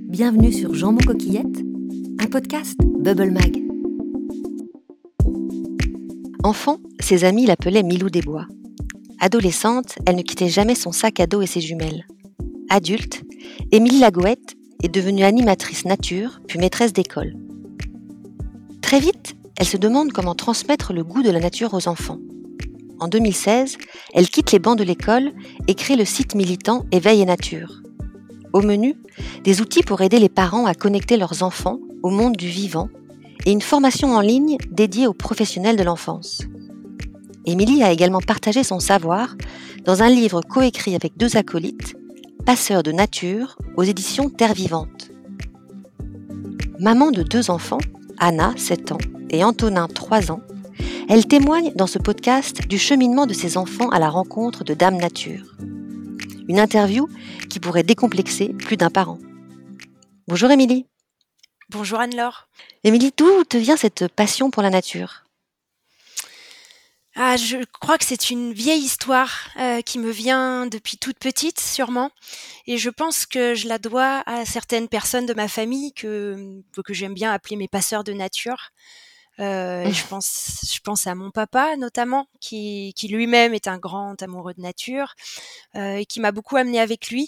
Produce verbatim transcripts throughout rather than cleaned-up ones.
Bienvenue sur Jambon Coquillette, un podcast Bubble Mag. Enfant, ses amis l'appelaient Milou des Bois. Adolescente, elle ne quittait jamais son sac à dos et ses jumelles. Adulte, Émilie Lagoët est devenue animatrice nature, puis maîtresse d'école. Très vite, elle se demande comment transmettre le goût de la nature aux enfants. En deux mille seize, elle quitte les bancs de l'école et crée le site militant Éveil et Nature. Au menu, des outils pour aider les parents à connecter leurs enfants au monde du vivant et une formation en ligne dédiée aux professionnels de l'enfance. Émilie a également partagé son savoir dans un livre coécrit avec deux acolytes, Passeurs de nature, aux éditions Terre Vivante. Maman de deux enfants, Anna, sept ans, et Antonin, trois ans, elle témoigne dans ce podcast du cheminement de ses enfants à la rencontre de Dame Nature. Une interview qui pourrait décomplexer plus d'un parent. Bonjour Émilie. Bonjour Anne-Laure. Émilie, d'où te vient cette passion pour la nature ? Ah, je crois que c'est une vieille histoire euh, qui me vient depuis toute petite, sûrement. Et je pense que je la dois à certaines personnes de ma famille que, que j'aime bien appeler mes passeurs de nature. Euh, et je pense, je pense à mon papa notamment, qui, qui lui-même est un grand amoureux de nature euh, et qui m'a beaucoup amenée avec lui.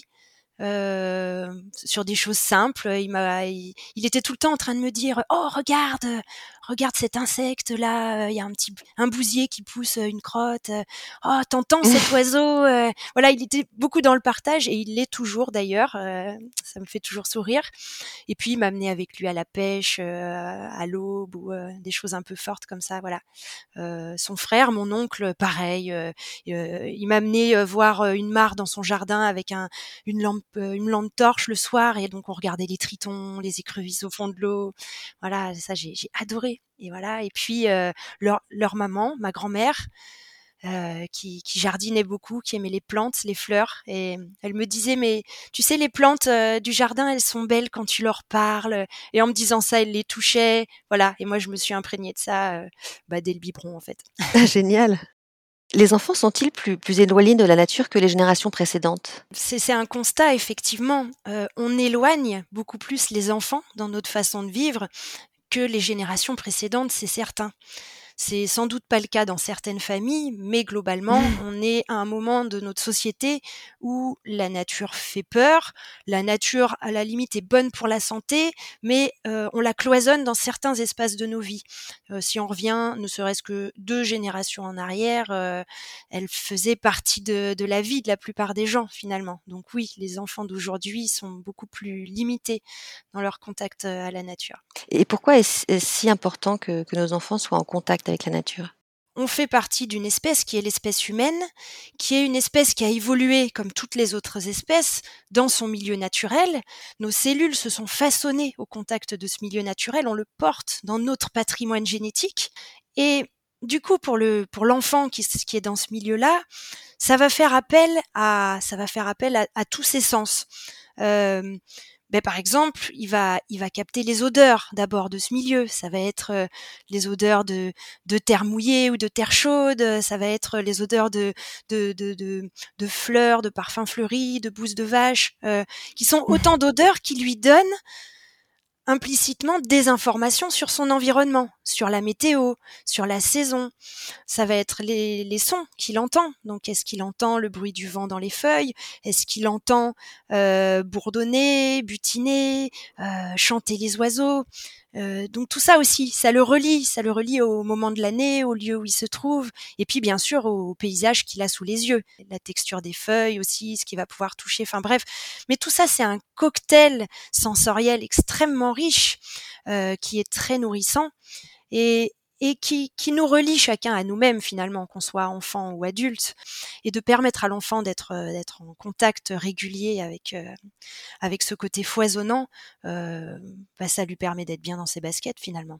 Euh, sur des choses simples. Il m'a, il, il était tout le temps en train de me dire: oh regarde, regarde cet insecte là, il y a un petit, un bousier qui pousse une crotte. Oh t'entends cet oiseau. euh. Voilà, il était beaucoup dans le partage et il l'est toujours d'ailleurs. Euh, ça me fait toujours sourire. Et puis il m'a amené avec lui à la pêche, euh, à l'aube ou euh, des choses un peu fortes comme ça. Voilà. Euh, son frère, mon oncle, pareil. Euh, euh, il m'a amené euh, voir une mare dans son jardin avec un, une lampe une lampe torche le soir et donc on regardait les tritons, les écrevisses au fond de l'eau. Voilà, ça j'ai, j'ai adoré. Et voilà. Et puis euh, leur, leur maman, ma grand-mère, euh, qui, qui jardinait beaucoup, qui aimait les plantes, les fleurs. Et elle me disait: mais tu sais, les plantes euh, du jardin, elles sont belles quand tu leur parles. Et en me disant ça, elle les touchait. Voilà. Et moi, je me suis imprégnée de ça euh, bah, dès le biberon, en fait. Génial. Les enfants sont-ils plus, plus éloignés de la nature que les générations précédentes ? C'est, c'est un constat, effectivement. Euh, on éloigne beaucoup plus les enfants dans notre façon de vivre que les générations précédentes, c'est certain. C'est sans doute pas le cas dans certaines familles, mais globalement, on est à un moment de notre société où la nature fait peur. La nature, à la limite, est bonne pour la santé, mais euh, on la cloisonne dans certains espaces de nos vies. Euh, si on revient, ne serait-ce que deux générations en arrière, euh, elle faisait partie de, de la vie de la plupart des gens, finalement. Donc oui, les enfants d'aujourd'hui sont beaucoup plus limités dans leur contact à la nature. Et pourquoi est-ce est-ce si important que, que nos enfants soient en contact avec la nature ? On fait partie d'une espèce qui est l'espèce humaine, qui est une espèce qui a évolué comme toutes les autres espèces dans son milieu naturel. Nos cellules se sont façonnées au contact de ce milieu naturel, on le porte dans notre patrimoine génétique. Et du coup, pour le pour l'enfant qui, qui est dans ce milieu-là, ça va faire appel à ça va faire appel à, à tous ses sens. Euh, Ben, par exemple, il va, il va capter les odeurs d'abord de ce milieu. Ça va être euh, les odeurs de, de terre mouillée ou de terre chaude. Ça va être les odeurs de, de, de, de, de fleurs, de parfums fleuris, de bousses de vache, euh, qui sont autant d'odeurs qui lui donnent implicitement des informations sur son environnement, sur la météo, sur la saison. Ça va être les, les sons qu'il entend. Donc, est-ce qu'il entend le bruit du vent dans les feuilles ? Est-ce qu'il entend euh, bourdonner, butiner, euh, chanter les oiseaux ? Euh, donc tout ça aussi, ça le relie, ça le relie au moment de l'année, au lieu où il se trouve, et puis bien sûr au paysage qu'il a sous les yeux, la texture des feuilles aussi, ce qu'il va pouvoir toucher, enfin bref. Mais tout ça, c'est un cocktail sensoriel extrêmement riche, euh, qui est très nourrissant et et qui, qui nous relie chacun à nous-mêmes finalement, qu'on soit enfant ou adulte, et de permettre à l'enfant d'être, d'être en contact régulier avec, euh, avec ce côté foisonnant, euh, bah, ça lui permet d'être bien dans ses baskets finalement.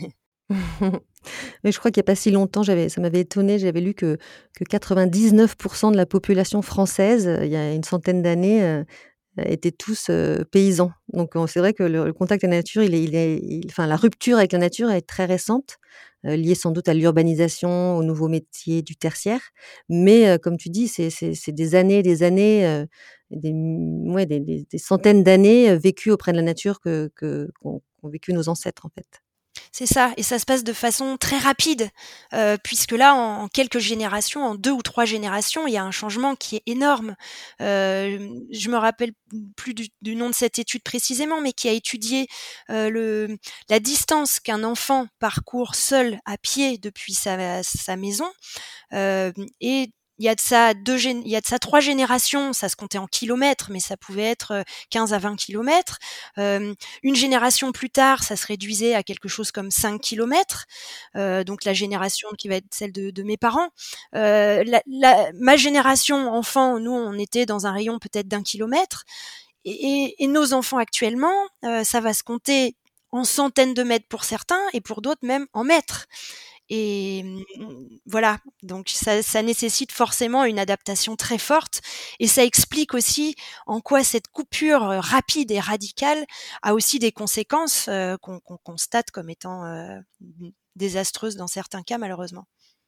Mais je crois qu'il n'y a pas si longtemps, j'avais, ça m'avait étonnée, j'avais lu que, que quatre-vingt-dix-neuf pour cent de la population française, il y a une centaine d'années, euh, heu, étaient tous, heu, paysans. Donc on c'est vrai que le le contact avec la nature, il est il est il enfin la rupture avec la nature est très récente, heu, liée sans doute à l'urbanisation, aux nouveaux métiers du tertiaire. Mais heu, comme tu dis, c'est c'est c'est des années et des années, heu, des m ouais, des des des centaines d'années, heu, vécues auprès de la nature que que qu'ont qu'ont vécu nos ancêtres, en fait. C'est ça et ça se passe de façon très rapide, heu, puisque là, en en quelques générations, en deux ou trois générations, il y a un changement qui est énorme. Hem, je me rappelle p plus du du nom de cette étude précisément, mais qui a étudié, heu, le la distance qu'un enfant parcourt seul à pied depuis sa sa maison. Hem et il y a de ça deux gén il y a de ça trois générations, ça se comptait en kilomètres, mais ça pouvait être, heu, quinze à vingt kilomètres. Hem, une génération plus tard, ça se réduisait à quelque chose comme cinq kilomètres, heu, donc la génération qui va être celle de de mes parents. Heu, la la ma génération enfant, nous, on était dans un rayon peut-être d'un kilomètre et et et nos enfants actuellement, heu, ça va se compter en centaines de mètres pour certains et pour d'autres même en mètres. Et mmh, voilà, donc ça ça nécessite forcément une adaptation très forte et ça explique aussi en quoi cette coupure, heu, rapide et radicale a aussi des conséquences, heu, qu'on qu'on constate comme étant, heu, mmh, désastreuses dans certains cas malheureusement.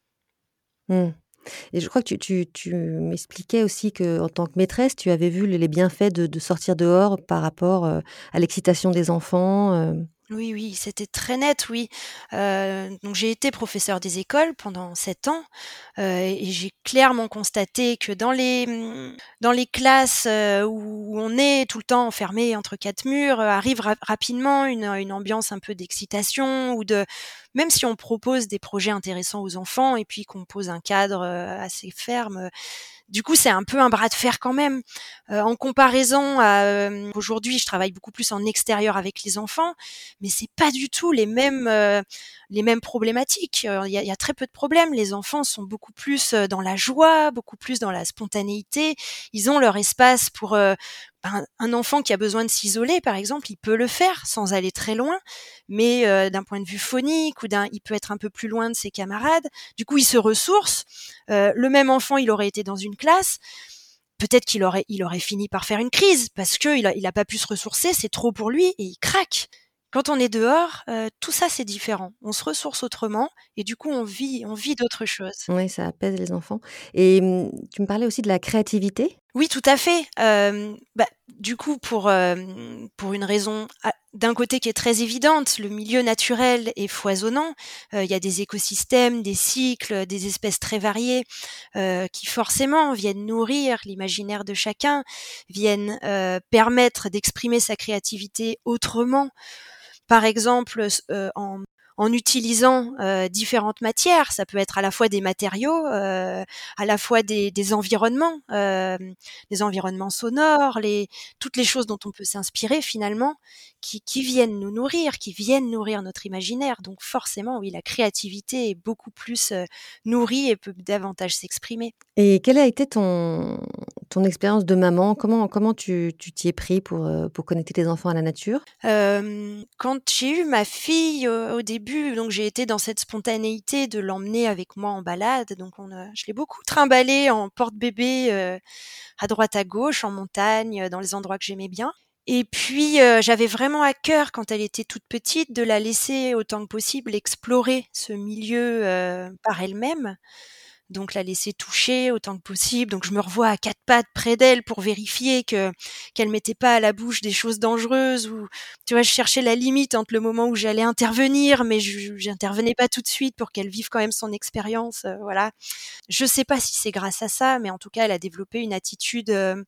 Mmh. Et je crois que tu tu tu m'expliquais aussi qu'en tant que maîtresse, tu avais vu les les bienfaits de de sortir dehors par rapport, heu, à l'excitation des enfants, hem. Oui, oui, c'était très net, oui. Heu, donc j'ai été professeure des écoles pendant sept ans, heu et j'ai clairement constaté que dans les, mmh, dans les classes, heu, où on est tout le temps enfermé entre quatre murs, heu, arrive rap rapidement une, une ambiance un peu d'excitation ou de même si on propose des projets intéressants aux enfants et puis qu'on pose un cadre, heu, assez ferme, du coup, c'est un peu un bras de fer quand même. Heu, en comparaison à, hem, aujourd'hui, je travaille beaucoup plus en extérieur avec les enfants, mais c'est pas du tout les mêmes, heu, les mêmes problématiques. Heu, il y a il y a très peu de problèmes. Les enfants sont beaucoup plus, heu, dans la joie, beaucoup plus dans la spontanéité. Ils ont leur espace pour, heu, ben, un enfant qui a besoin de s'isoler, par exemple, il peut le faire sans aller très loin, mais heu, d'un point de vue phonique ou d'un il peut être un peu plus loin de ses camarades. Du coup, il se ressource. Heu, le même enfant, il aurait été dans une classe, peut-être qu'il aurait il aurait fini par faire une crise parce qu'il a il a pas pu se ressourcer, c'est trop pour lui et il craque. Quand on est dehors, heu, tout ça, c'est différent. On se ressource autrement et du coup, on vit on vit d'autres choses. Ouais, ça apaise les enfants et mmh, tu me parlais aussi de la créativité? Oui, tout à fait. Hem, bah, du coup, pour, hem, pour une raison a d'un côté qui est très évidente, le milieu naturel est foisonnant. Heu, il y a des écosystèmes, des cycles, des espèces très variées, heu, qui forcément viennent nourrir l'imaginaire de chacun, viennent, heu, permettre d'exprimer sa créativité autrement. Par exemple, s heu, en en utilisant, heu, différentes matières. Ça peut être à la fois des matériaux, heu, à la fois des des environnements, hem, des environnements sonores, les toutes les choses dont on peut s'inspirer finalement, qui qui viennent nous nourrir, qui viennent nourrir notre imaginaire. Donc forcément, oui, la créativité est beaucoup plus, heu, nourrie et peut davantage s'exprimer. Et quelle a été ton ton expérience de maman? Comment comment tu tu t'y es pris pour, heu, pour connecter tes enfants à la nature? Hem, quand j'ai eu ma fille, heu, au début, donc j'ai été dans cette spontanéité de l'emmener avec moi en balade, donc on a je l'ai beaucoup trimballée en porte-bébé, heu, à droite à gauche, en montagne, heu, dans les endroits que j'aimais bien et puis, heu, j'avais vraiment à cœur quand elle était toute petite de la laisser autant que possible explorer ce milieu, heu, par elle-même. Donc la laisser toucher autant que possible. Donc je me revois à quatre pattes près d'elle pour vérifier que qu'elle mettait pas à la bouche des choses dangereuses ou tu vois? Je cherchais la limite entre le moment où j'allais intervenir, mais je j'intervenais pas tout de suite pour qu'elle vive quand même son expérience, heu, voilà. Je sais pas si c'est grâce à ça, mais en tout cas, elle a développé une attitude, heu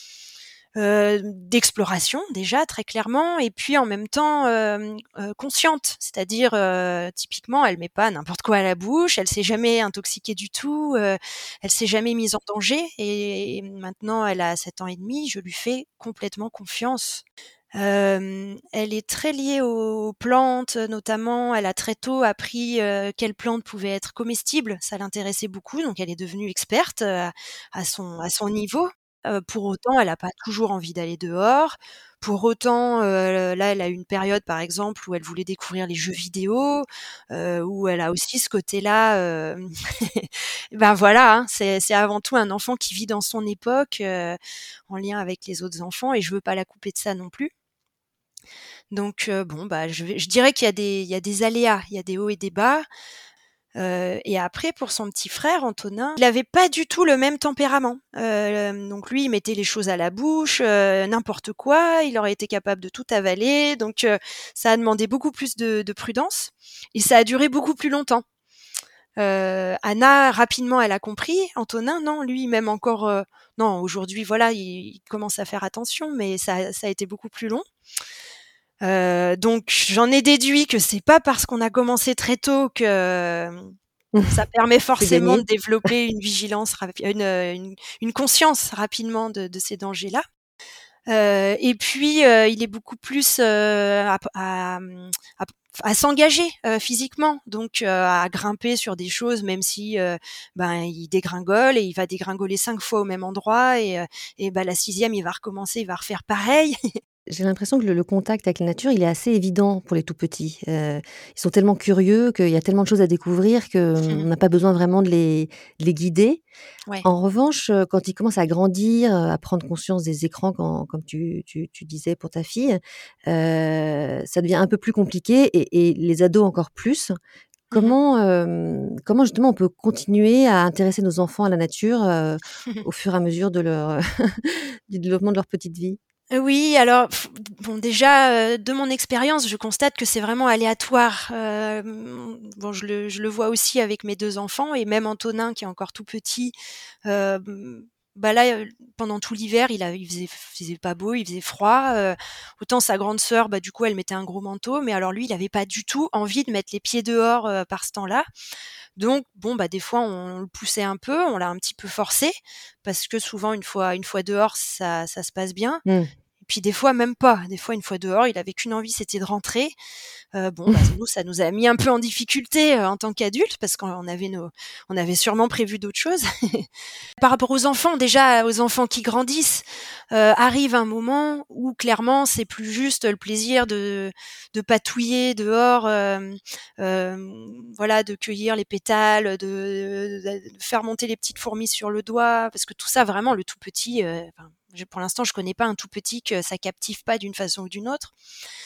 heu, d'exploration déjà très clairement et puis en même temps, hem, heu, consciente. C'est-à-dire, heu, typiquement, elle met pas n'importe quoi à la bouche, elle s'est jamais intoxiquée du tout, heu, elle s'est jamais mise en danger et maintenant elle a sept ans et demi, je lui fais complètement confiance. Hem, elle est très liée aux plantes, notamment, elle a très tôt appris, heu, quelles plantes pouvaient être comestibles, ça l'intéressait beaucoup, donc elle est devenue experte, heu, à son à son niveau. Heu, pour autant, elle a pas toujours envie d'aller dehors. Pour autant, heu, là, elle a eu une période, par exemple, où elle voulait découvrir les jeux vidéo, heu, où elle a aussi ce côté-là, hem, ben, voilà, hein, c'est c'est avant tout un enfant qui vit dans son époque, heu, en lien avec les autres enfants et je veux pas la couper de ça non plus. Donc heu, bon, bah, je vais je dirais qu'il y a des il y a des aléas, il y a des hauts et des bas. Heu et après pour son petit frère Antonin, il avait pas du tout le même tempérament. Heu, donc lui, il mettait les choses à la bouche, heu, n'importe quoi, il aurait été capable de tout avaler, donc heu, ça a demandé beaucoup plus de de prudence et ça a duré beaucoup plus longtemps. Heu, Anna, rapidement, elle a compris. Antonin, non, lui, même encore, heu non, aujourd'hui, voilà, il il commence à faire attention, mais ça ça a été beaucoup plus long. Heu, donc j'en ai déduit que c'est pas parce qu'on a commencé très tôt que, mmh, ça permet C'est forcément de gagné. développer une vigilance rapi une, heu, une une conscience rapidement de de ces dangers-là. Heu et puis, heu, il est beaucoup plus, heu, à p à, mmh, à p à s'engager, heu, physiquement, donc heu, à grimper sur des choses même si, heu, ben, il dégringole et il va dégringoler cinq fois au même endroit et heu et bah, la sixième, il va recommencer, il va refaire pareil. J'ai l'impression que le le contact avec la nature, il est assez évident pour les tout petits. Heu, ils sont tellement curieux qu'il y a tellement de choses à découvrir qu'on n'a pas besoin vraiment de les de les guider. Ouais. En revanche, heu, quand ils commencent à grandir, heu, à prendre conscience des écrans quand comme tu tu tu disais pour ta fille, heu, ça devient un peu plus compliqué et et les ados encore plus. Mmh mh. Comment, hem, comment justement on peut continuer à intéresser nos enfants à la nature, heu, au fur et à mesure de leur du développement de leur petite vie? Oui, alors pff, bon déjà, heu, de mon expérience, je constate que c'est vraiment aléatoire. Hem, bon, je le je le vois aussi avec mes deux enfants et même Antonin qui est encore tout petit, hem, bah, là, heu, pendant tout l'hiver, il a il faisait faisait pas beau, il faisait froid, heu, autant sa grande sœur, bah, du coup, elle mettait un gros manteau, mais alors lui, il avait pas du tout envie de mettre les pieds dehors, heu, par ce temps-là. Donc bon, bah, des fois, on le poussait un peu, on l'a un petit peu forcé parce que souvent une fois une fois dehors, ça ça se passe bien. Mmh. Et puis des fois même pas. Des fois, une fois dehors, il avait qu'une envie, c'était de rentrer. Heu, bon, bah, nous, ça nous a mis un peu en difficulté, heu, en tant qu'adultes parce qu'on avait nos on avait sûrement prévu d'autres choses. Par rapport aux enfants, déjà, aux enfants qui grandissent, heu, arrive un moment où clairement, c'est plus juste le plaisir de de patouiller dehors, hem, hem, voilà, de cueillir les pétales, de de faire monter les petites fourmis sur le doigt, parce que tout ça, vraiment, le tout petit, heu, enfin, je pour l'instant, je connais pas un tout petit que ça captive pas d'une façon ou d'une autre.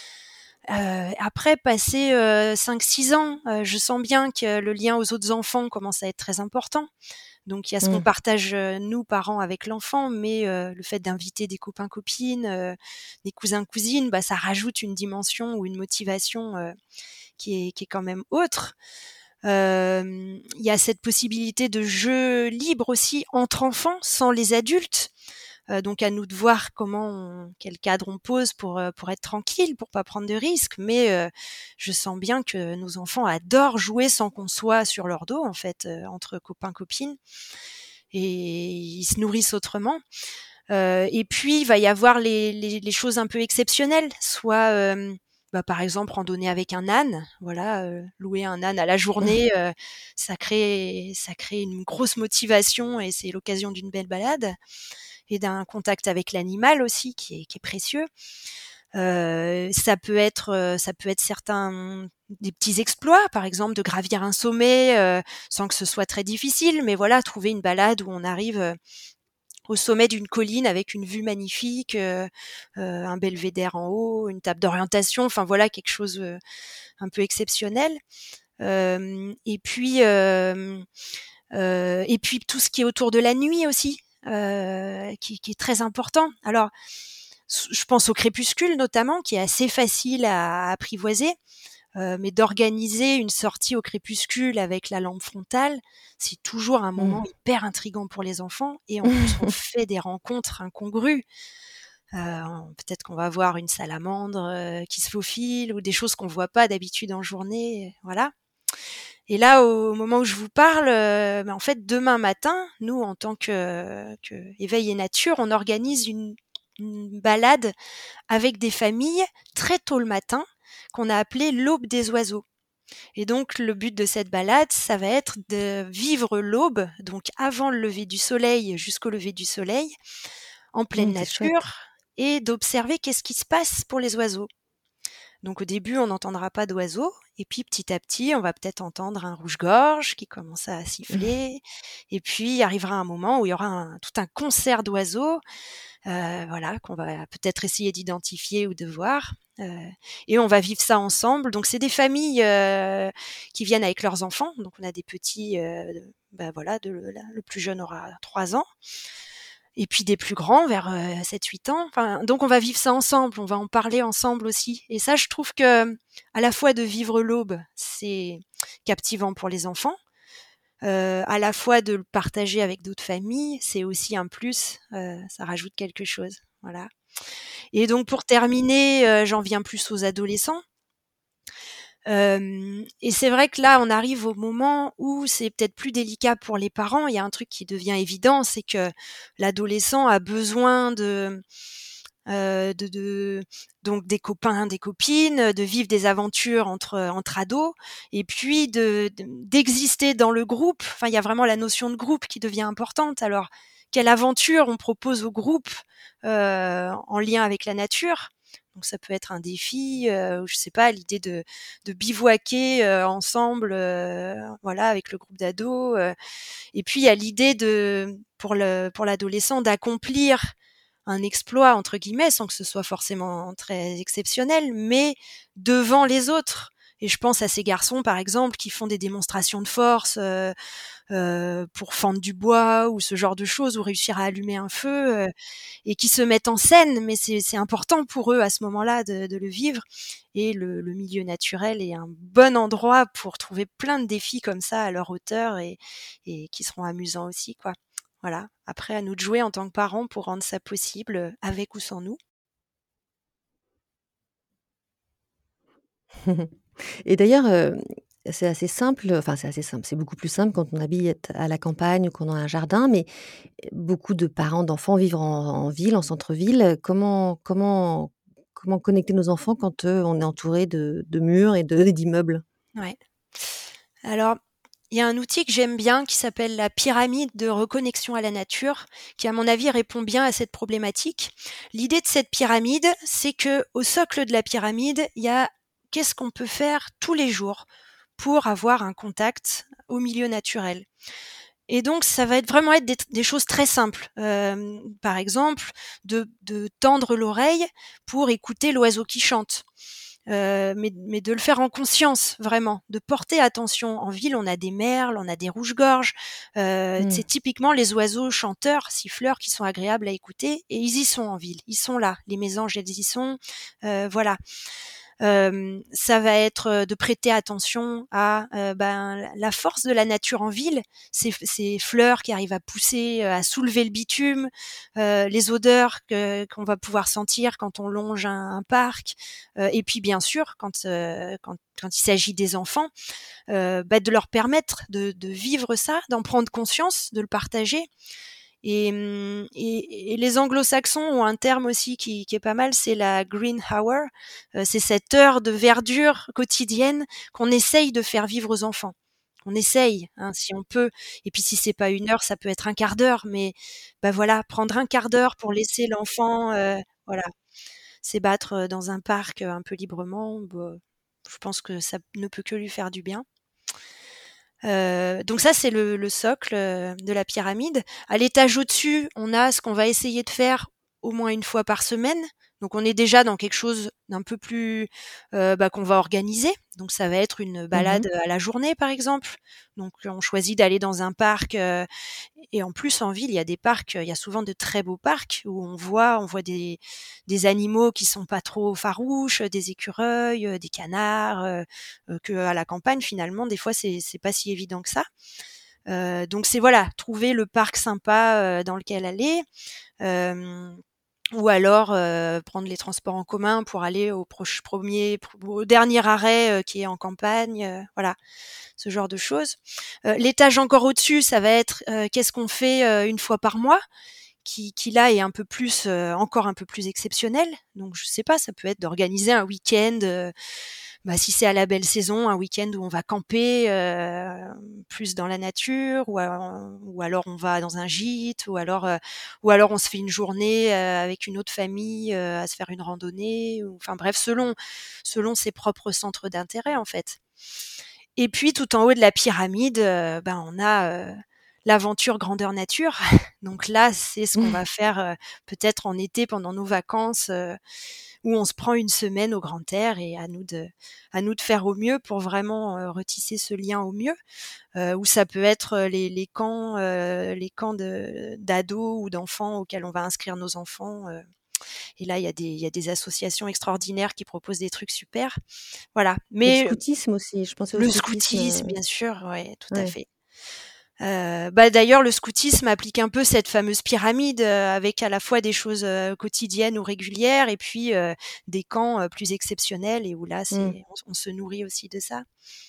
Heu, après passer, heu, cinq six ans, heu, je sens bien que le lien aux autres enfants commence à être très important. Donc il y a ce qu'on Mmh. partage, heu, nous parents avec l'enfant, mais heu, le fait d'inviter des copains-copines, heu, des cousins-cousines, bah, ça rajoute une dimension ou une motivation, heu, qui est qui est quand même autre. Hem, il y a cette possibilité de jeu libre aussi entre enfants, sans les adultes. Heu, donc à nous de voir comment on quel cadre on pose pour, heu, pour être tranquille, pour pas prendre de risques. Mais heu, je sens bien que nos enfants adorent jouer sans qu'on soit sur leur dos, en fait, heu, entre copains-copines et ils se nourrissent autrement. Heu et puis il va y avoir les les les choses un peu exceptionnelles, soit, hem, bah, par exemple randonner avec un âne, voilà, heu, louer un âne à la journée, heu, ça crée ça crée une grosse motivation et c'est l'occasion d'une belle balade et d'un contact avec l'animal aussi qui est qui est précieux. Heu, ça peut être, heu, ça peut être certains, mmh, des petits exploits, par exemple de gravir un sommet, heu, sans que ce soit très difficile, mais voilà, trouver une balade où on arrive, heu, au sommet d'une colline avec une vue magnifique, heu heu, un belvédère en haut, une table d'orientation, enfin voilà quelque chose, heu, un peu exceptionnel. Hem et puis, hem, heu et puis tout ce qui est autour de la nuit aussi, heu, qui qui est très important. Alors, s je pense au crépuscule notamment, qui est assez facile à apprivoiser. Heu, mais d'organiser une sortie au crépuscule avec la lampe frontale, c'est toujours un moment Mmh. hyper intrigant pour les enfants et en plus on fait des rencontres incongrues. Heu, peut-être qu'on va voir une salamandre, heu, qui se faufile ou des choses qu'on voit pas d'habitude en journée, voilà. Et là, au moment où je vous parle, heu, bah, en fait, demain matin, nous, en tant que que Éveil et Nature, on organise une une balade avec des familles très tôt le matin, qu'on a appelée l'aube des oiseaux. Et donc le but de cette balade, ça va être de vivre l'aube, donc avant le lever du soleil jusqu'au lever du soleil, en pleine Mmh, c'est chouette. nature et d'observer qu'est-ce qui se passe pour les oiseaux. Donc au début, on n'entendra pas d'oiseaux et puis petit à petit, on va peut-être entendre un rouge-gorge qui commence à siffler et puis arrivera un moment où il y aura un tout un concert d'oiseaux, heu, voilà, qu'on va peut-être essayer d'identifier ou de voir, heu et on va vivre ça ensemble. Donc c'est des familles, heu, qui viennent avec leurs enfants. Donc on a des petits, heu, bah, voilà, de la le plus jeune aura trois ans et puis des plus grands vers, heu, sept huit ans. Enfin, donc on va vivre ça ensemble, on va en parler ensemble aussi et ça, je trouve que, à la fois de vivre l'aube, c'est captivant pour les enfants, heu, à la fois de le partager avec d'autres familles, c'est aussi un plus, heu, ça rajoute quelque chose, voilà et donc pour terminer, heu, j'en viens plus aux adolescents. Hem et c'est vrai que là, on arrive au moment où c'est peut-être plus délicat pour les parents. Il y a un truc qui devient évident, c'est que l'adolescent a besoin de, heu, de de donc des copains, des copines, de vivre des aventures entre, entre ados et puis de de d'exister dans le groupe. Enfin, il y a vraiment la notion de groupe qui devient importante. Alors, quelle aventure on propose au groupe, heu, en lien avec la nature? Donc ça peut être un défi, heu, ou je sais pas, l'idée de de bivouaquer, heu, ensemble, heu, voilà, avec le groupe d'ados, heu et puis il y a l'idée de pour le pour l'adolescent d'accomplir un «exploit» entre guillemets, sans que ce soit forcément très exceptionnel, mais devant les autres et je pense à ces garçons, par exemple, qui font des démonstrations de force, heu heu, pour fendre du bois ou ce genre de choses ou réussir à allumer un feu, heu et qui se mettent en scène, mais c'est c'est important pour eux à ce moment-là de de le vivre et le le milieu naturel est un bon endroit pour trouver plein de défis comme ça à leur hauteur et et qui seront amusants aussi, quoi. Voilà, après à nous de jouer en tant que parents pour rendre ça possible, heu, avec ou sans nous. Et d'ailleurs, hem, c'est assez simple, enfin, c'est assez simple, c'est beaucoup plus simple quand on habite à la campagne ou qu'on a un jardin, mais beaucoup de parents d'enfants vivent en en ville, en centre-ville. Comment comment comment connecter nos enfants quand, heu, on est entouré de de murs et de d'immeubles? Ouais. Alors, il y a un outil que j'aime bien qui s'appelle la pyramide de reconnexion à la nature, qui à mon avis répond bien à cette problématique. L'idée de cette pyramide, c'est que au socle de la pyramide, il y a qu'est-ce qu'on peut faire tous les jours pour avoir un contact au milieu naturel. Et donc ça va être vraiment être des des choses très simples. Hem, par exemple, de de tendre l'oreille pour écouter l'oiseau qui chante. Heu, mais mais de le faire en conscience, vraiment, de porter attention. En ville, on a des merles, on a des rouges-gorges, heu, Mmh. c'est typiquement les oiseaux chanteurs, siffleurs qui sont agréables à écouter et ils y sont en ville. Ils sont là, les mésanges, elles y sont, heu, voilà. Hem, ça va être, heu, de prêter attention à, heu, ben, la force de la nature en ville, ces ces fleurs qui arrivent à pousser, heu, à soulever le bitume, heu, les odeurs que qu'on va pouvoir sentir quand on longe un un parc, heu et puis bien sûr quand, heu, quand quand il s'agit des enfants, heu, bah, de leur permettre de de vivre ça, d'en prendre conscience, de le partager et mmh et et les anglo-saxons ont un terme aussi qui qui est pas mal, c'est la green hour, heu, c'est cette heure de verdure quotidienne qu'on essaye de faire vivre aux enfants. On essaye, hein, si on peut et puis si c'est pas une heure, ça peut être un quart d'heure, mais bah, voilà, prendre un quart d'heure pour laisser l'enfant, heu, voilà, s'ébattre, heu, dans un parc, heu, un peu librement, bah, je pense que ça ne peut que lui faire du bien. Heu, donc ça, c'est le le socle, heu, de la pyramide. À l'étage au-dessus, on a ce qu'on va essayer de faire au moins une fois par semaine. Donc on est déjà dans quelque chose d'un peu plus, heu, bah, qu'on va organiser. Donc ça va être une Mmh. balade, à la journée, par exemple. Donc on choisit d'aller dans un parc, heu et en plus en ville, il y a des parcs, il y a souvent de très beaux parcs où on voit on voit des des animaux qui sont pas trop farouches, des écureuils, heu, des canards, heu heu, qu'à la campagne finalement des fois c'est c'est pas si évident que ça. Heu, donc c'est voilà, trouver le parc sympa, heu, dans lequel aller, hem, ou alors, heu, prendre les transports en commun pour aller au proche premier au dernier arrêt, heu, qui est en campagne, heu, voilà, ce genre de choses. Heu, l'étage encore au-dessus, ça va être, heu, qu'est-ce qu'on fait, heu, une fois par mois? Qui qui là est un peu plus, heu, encore un peu plus exceptionnel. Donc je sais pas, ça peut être d'organiser un week-end, heu bah, si c'est à la belle saison, un week-end où on va camper euh, plus dans la nature, ou, à- ou alors on va dans un gîte, ou alors, euh, ou alors on se fait une journée euh, avec une autre famille euh, à se faire une randonnée. Ou, enfin bref, selon, selon ses propres centres d'intérêt en fait. Et puis tout en haut de la pyramide, euh, ben, on a euh, l'aventure grandeur nature. Donc là, c'est ce qu'on va faire euh, peut-être en été pendant nos vacances, euh, où on se prend une semaine au grand air, et à nous de, à nous de faire au mieux pour vraiment euh, retisser ce lien au mieux. Euh, ou ça peut être euh, les, les camps, euh, les camps de, d'ados ou d'enfants auxquels on va inscrire nos enfants. euh. Et là, il y a des, il y a des associations extraordinaires qui proposent des trucs super. Voilà. Il y a le Mais scoutisme aussi, je pensais au le scoutisme. scoutisme, euh, bien sûr, ouais, tout à Ouais. fait. Heu, bah, d'ailleurs, le scoutisme applique un peu cette fameuse pyramide, heu, avec à la fois des choses, heu, quotidiennes ou régulières, et puis, heu, des camps, heu, plus exceptionnels, et où là, Mm. c'est on on se nourrit aussi de ça.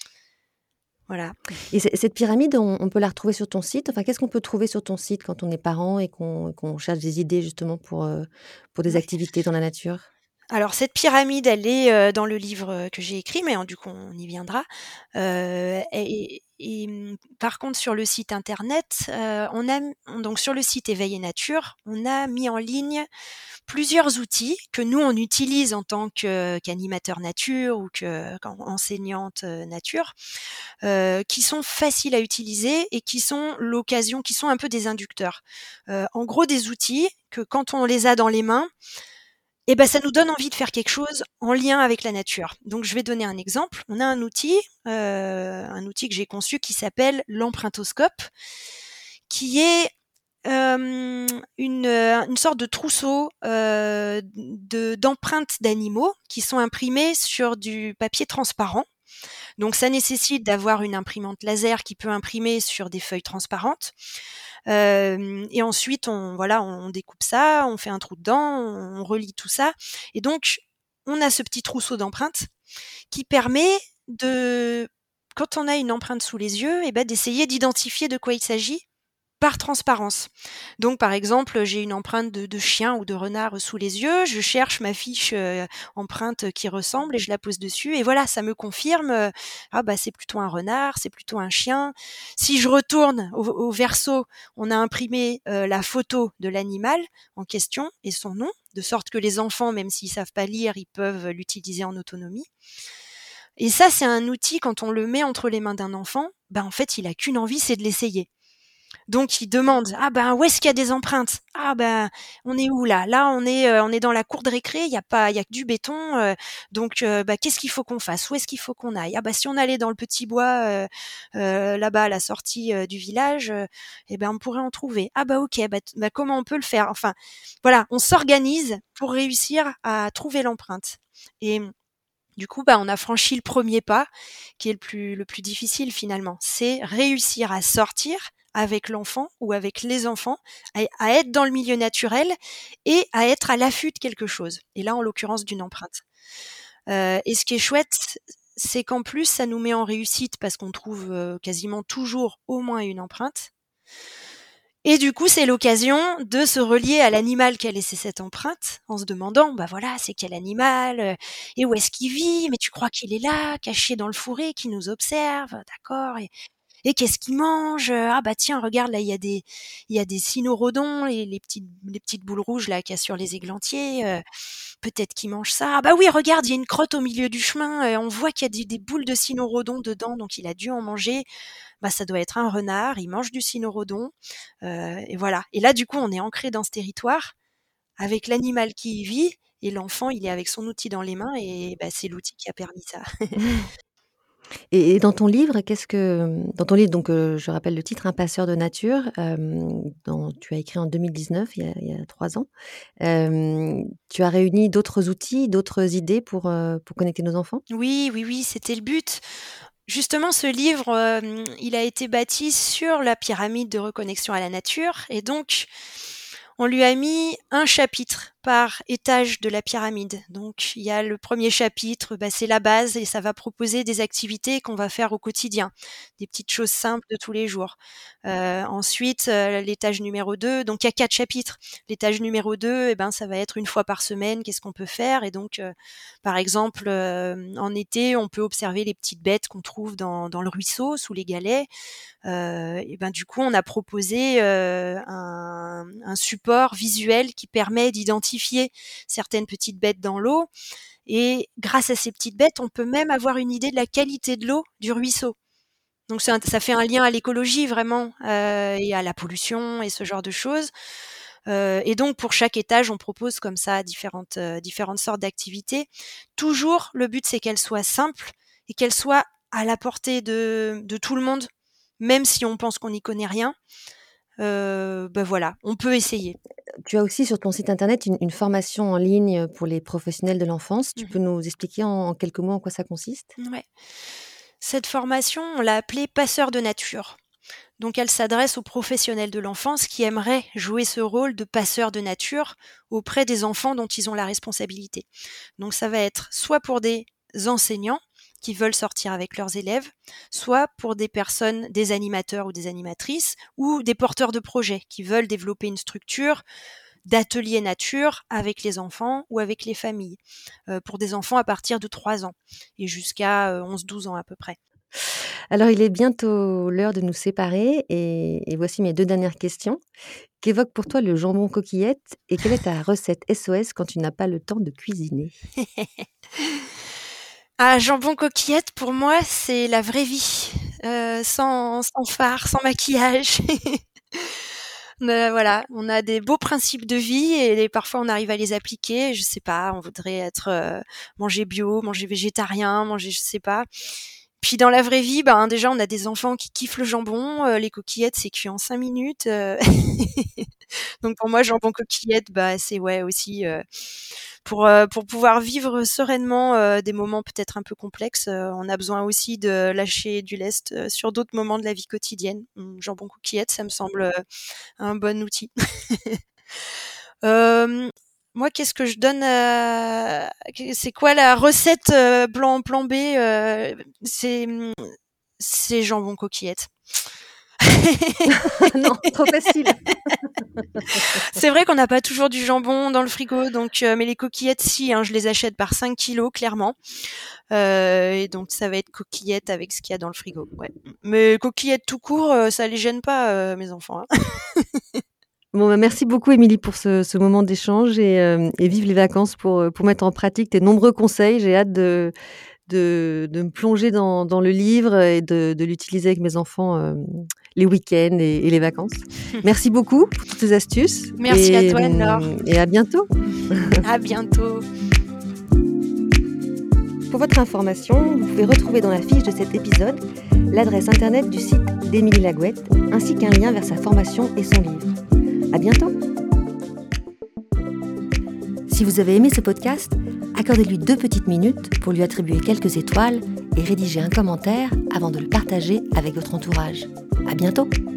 Voilà. Et c- cette pyramide, on, on peut la retrouver sur ton site. Enfin, qu'est-ce qu'on peut trouver sur ton site quand on est parent et qu'on qu'on cherche des idées justement pour, euh, pour des Ouais. activités dans la nature? Alors cette pyramide, elle est, heu, dans le livre, heu, que j'ai écrit, mais, hein, du coup, on y viendra. Heu et et mmh, par contre, sur le site internet, heu, on a m donc sur le site Éveil et Nature, on a mis en ligne plusieurs outils que nous, on utilise en tant que qu'animateur nature, ou que qu'enseignante, heu, nature, heu, qui sont faciles à utiliser et qui sont l'occasion qui sont un peu des inducteurs. Heu, en gros, des outils que quand on les a dans les mains, et ben, ça nous donne envie de faire quelque chose en lien avec la nature. Donc je vais donner un exemple. On a un outil, heu, un outil que j'ai conçu qui s'appelle l'empreintoscope, qui est Hem, une, heu, une sorte de trousseau, heu, de d'empreintes d'animaux qui sont imprimées sur du papier transparent. Donc ça nécessite d'avoir une imprimante laser qui peut imprimer sur des feuilles transparentes. Hem et ensuite on voilà, on découpe ça, on fait un trou dedans, on relie tout ça, et donc on a ce petit trousseau d'empreintes qui permet de, quand on a une empreinte sous les yeux, et bah, d'essayer d'identifier de quoi il s'agit par transparence. Donc, par exemple, j'ai une empreinte de, de chien ou de renard sous les yeux, je cherche ma fiche euh, empreinte qui ressemble et je la pose dessus. Et voilà, ça me confirme, euh, ah bah c'est plutôt un renard, c'est plutôt un chien. Si je retourne au, au verso, on a imprimé euh, la photo de l'animal en question et son nom, de sorte que les enfants, même s'ils savent pas lire, ils peuvent l'utiliser en autonomie. Et ça, c'est un outil, quand on le met entre les mains d'un enfant, bah en fait, il a qu'une envie, c'est de l'essayer. Donc il demande: «Ah ben, où est-ce qu'il y a des empreintes? Ah ben, on est où là? Là, on est, heu, on est dans la cour de récré, il y a pas il y a que du béton, heu, donc heu, bah, qu'est-ce qu'il faut qu'on fasse? Où est-ce qu'il faut qu'on aille? Ah bah, si on allait dans le petit bois, heu heu, là-bas à la sortie, heu, du village, heu et ben, on pourrait en trouver. Ah bah, OK, bah t bah, comment on peut le faire?» Enfin, voilà, on s'organise pour réussir à trouver l'empreinte. Et mmh, du coup, bah, on a franchi le premier pas, qui est le plus le plus difficile finalement. C'est réussir à sortir avec l'enfant ou avec les enfants, à à être dans le milieu naturel et à être à l'affût de quelque chose. Et là, en l'occurrence, d'une empreinte. Heu et ce qui est chouette, c'est qu'en plus, ça nous met en réussite parce qu'on trouve, heu, quasiment toujours au moins une empreinte. Et du coup, c'est l'occasion de se relier à l'animal qui a laissé cette empreinte, en se demandant, bah voilà, c'est quel animal, heu, et où est-ce qu'il vit? Mais tu crois qu'il est là, caché dans le fourré, qui nous observe? D'accord. Et et qu'est-ce qu'il mange? Ah bah tiens, regarde, là, il y a des il y a des cynorhodons, les les petites les petites boules rouges là qu'il y a sur les églantiers, heu, peut-être qu'il mange ça. Ah bah oui, regarde, il y a une crotte au milieu du chemin, heu, on voit qu'il y a des des boules de cynorhodon dedans, donc il a dû en manger. Bah, ça doit être un renard, il mange du cynorhodon, heu et voilà. Et là, du coup, on est ancré dans ce territoire, avec l'animal qui y vit, et l'enfant, il est avec son outil dans les mains, et bah, c'est l'outil qui a permis ça. Et et dans ton livre, qu'est-ce que dans ton livre, donc heu, je rappelle le titre, Un passeur de nature, hem, dont tu as écrit en deux mille dix-neuf, il y a il y a trois ans. Hem, tu as réuni d'autres outils, d'autres idées pour, heu, pour connecter nos enfants? Oui, oui, oui, c'était le but. Justement, ce livre, hem, il a été bâti sur la pyramide de reconnexion à la nature, et donc on lui a mis un chapitre par étage de la pyramide. Donc, il y a le premier chapitre, bah, c'est la base et ça va proposer des activités qu'on va faire au quotidien, des petites choses simples de tous les jours. Euh, ensuite, euh, l'étage numéro deux, donc il y a quatre chapitres. L'étage numéro deux, eh ben, ça va être une fois par semaine, qu'est-ce qu'on peut faire? Et donc, euh, par exemple, euh, en été, on peut observer les petites bêtes qu'on trouve dans, dans le ruisseau, sous les galets. Euh, et ben du coup, on a proposé euh, un, un support visuel qui permet d'identifier certaines petites bêtes dans l'eau. Et grâce à ces petites bêtes, on peut même avoir une idée de la qualité de l'eau du ruisseau. Donc ça, ça fait un lien à l'écologie vraiment euh, et à la pollution et ce genre de choses. Euh, et donc pour chaque étage, on propose comme ça différentes euh, différentes sortes d'activités. Toujours, le but c'est qu'elles soient simples et qu'elles soient à la portée de, de tout le monde. Même si on pense qu'on n'y connaît rien, euh, ben voilà, on peut essayer. Tu as aussi sur ton site internet une, une formation en ligne pour les professionnels de l'enfance. Tu Mmh. peux nous expliquer en, en quelques mots en quoi ça consiste? Ouais. Cette formation, on l'a appelée Passeur de nature. Donc elle s'adresse aux professionnels de l'enfance qui aimeraient jouer ce rôle de passeur de nature auprès des enfants dont ils ont la responsabilité. Donc ça va être soit pour des enseignants qui veulent sortir avec leurs élèves, soit pour des personnes, des animateurs ou des animatrices, ou des porteurs de projets qui veulent développer une structure d'ateliers nature avec les enfants ou avec les familles, euh, pour des enfants à partir de trois ans et jusqu'à euh, onze douze ans à peu près. Alors, il est bientôt l'heure de nous séparer et, et voici mes deux dernières questions. Qu'évoque pour toi le jambon coquillette et quelle est ta recette S O S quand tu n'as pas le temps de cuisiner? Ah, jambon coquillette, pour moi, c'est la vraie vie, euh, sans, sans fard, sans maquillage. Mais voilà, on a des beaux principes de vie et les, parfois on arrive à les appliquer. Je sais pas, on voudrait être euh, manger bio, manger végétarien, manger, je sais pas. Puis dans la vraie vie, ben déjà on a des enfants qui kiffent le jambon, euh, les coquillettes c'est cuit en cinq minutes. euh. Donc pour moi jambon coquillette, bah c'est ouais aussi euh, pour euh, pour pouvoir vivre sereinement euh, des moments peut-être un peu complexes. Euh, on a besoin aussi de lâcher du lest euh, sur d'autres moments de la vie quotidienne. Hum, Jambon coquillette, ça me semble euh, un bon outil. Euh, moi, qu'est-ce que je donne à... C'est quoi la recette euh, plan, plan B euh, C'est c'est jambon coquillette. Non, trop facile. C'est vrai qu'on n'a pas toujours du jambon dans le frigo, donc euh, mais les coquillettes, si, hein, je les achète par cinq kilos, clairement. Euh, et donc, ça va être coquillettes avec ce qu'il y a dans le frigo. Ouais. Mais coquillettes tout court, euh, ça les gêne pas, euh, mes enfants. Hein. Bon, bah, merci beaucoup, Émilie, pour ce, ce moment d'échange et, euh, et vive les vacances pour, pour mettre en pratique tes nombreux conseils. J'ai hâte de, de, de me plonger dans, dans le livre et de, de l'utiliser avec mes enfants euh, les week-ends et, et les vacances. Merci beaucoup pour toutes ces astuces. Merci et, à toi, Anne-Laure. Et à bientôt. À bientôt. Pour votre information, vous pouvez retrouver dans la fiche de cet épisode l'adresse internet du site d'Émilie Lagouette ainsi qu'un lien vers sa formation et son livre. À bientôt. Si vous avez aimé ce podcast, accordez-lui deux petites minutes pour lui attribuer quelques étoiles et rédiger un commentaire avant de le partager avec votre entourage. À bientôt.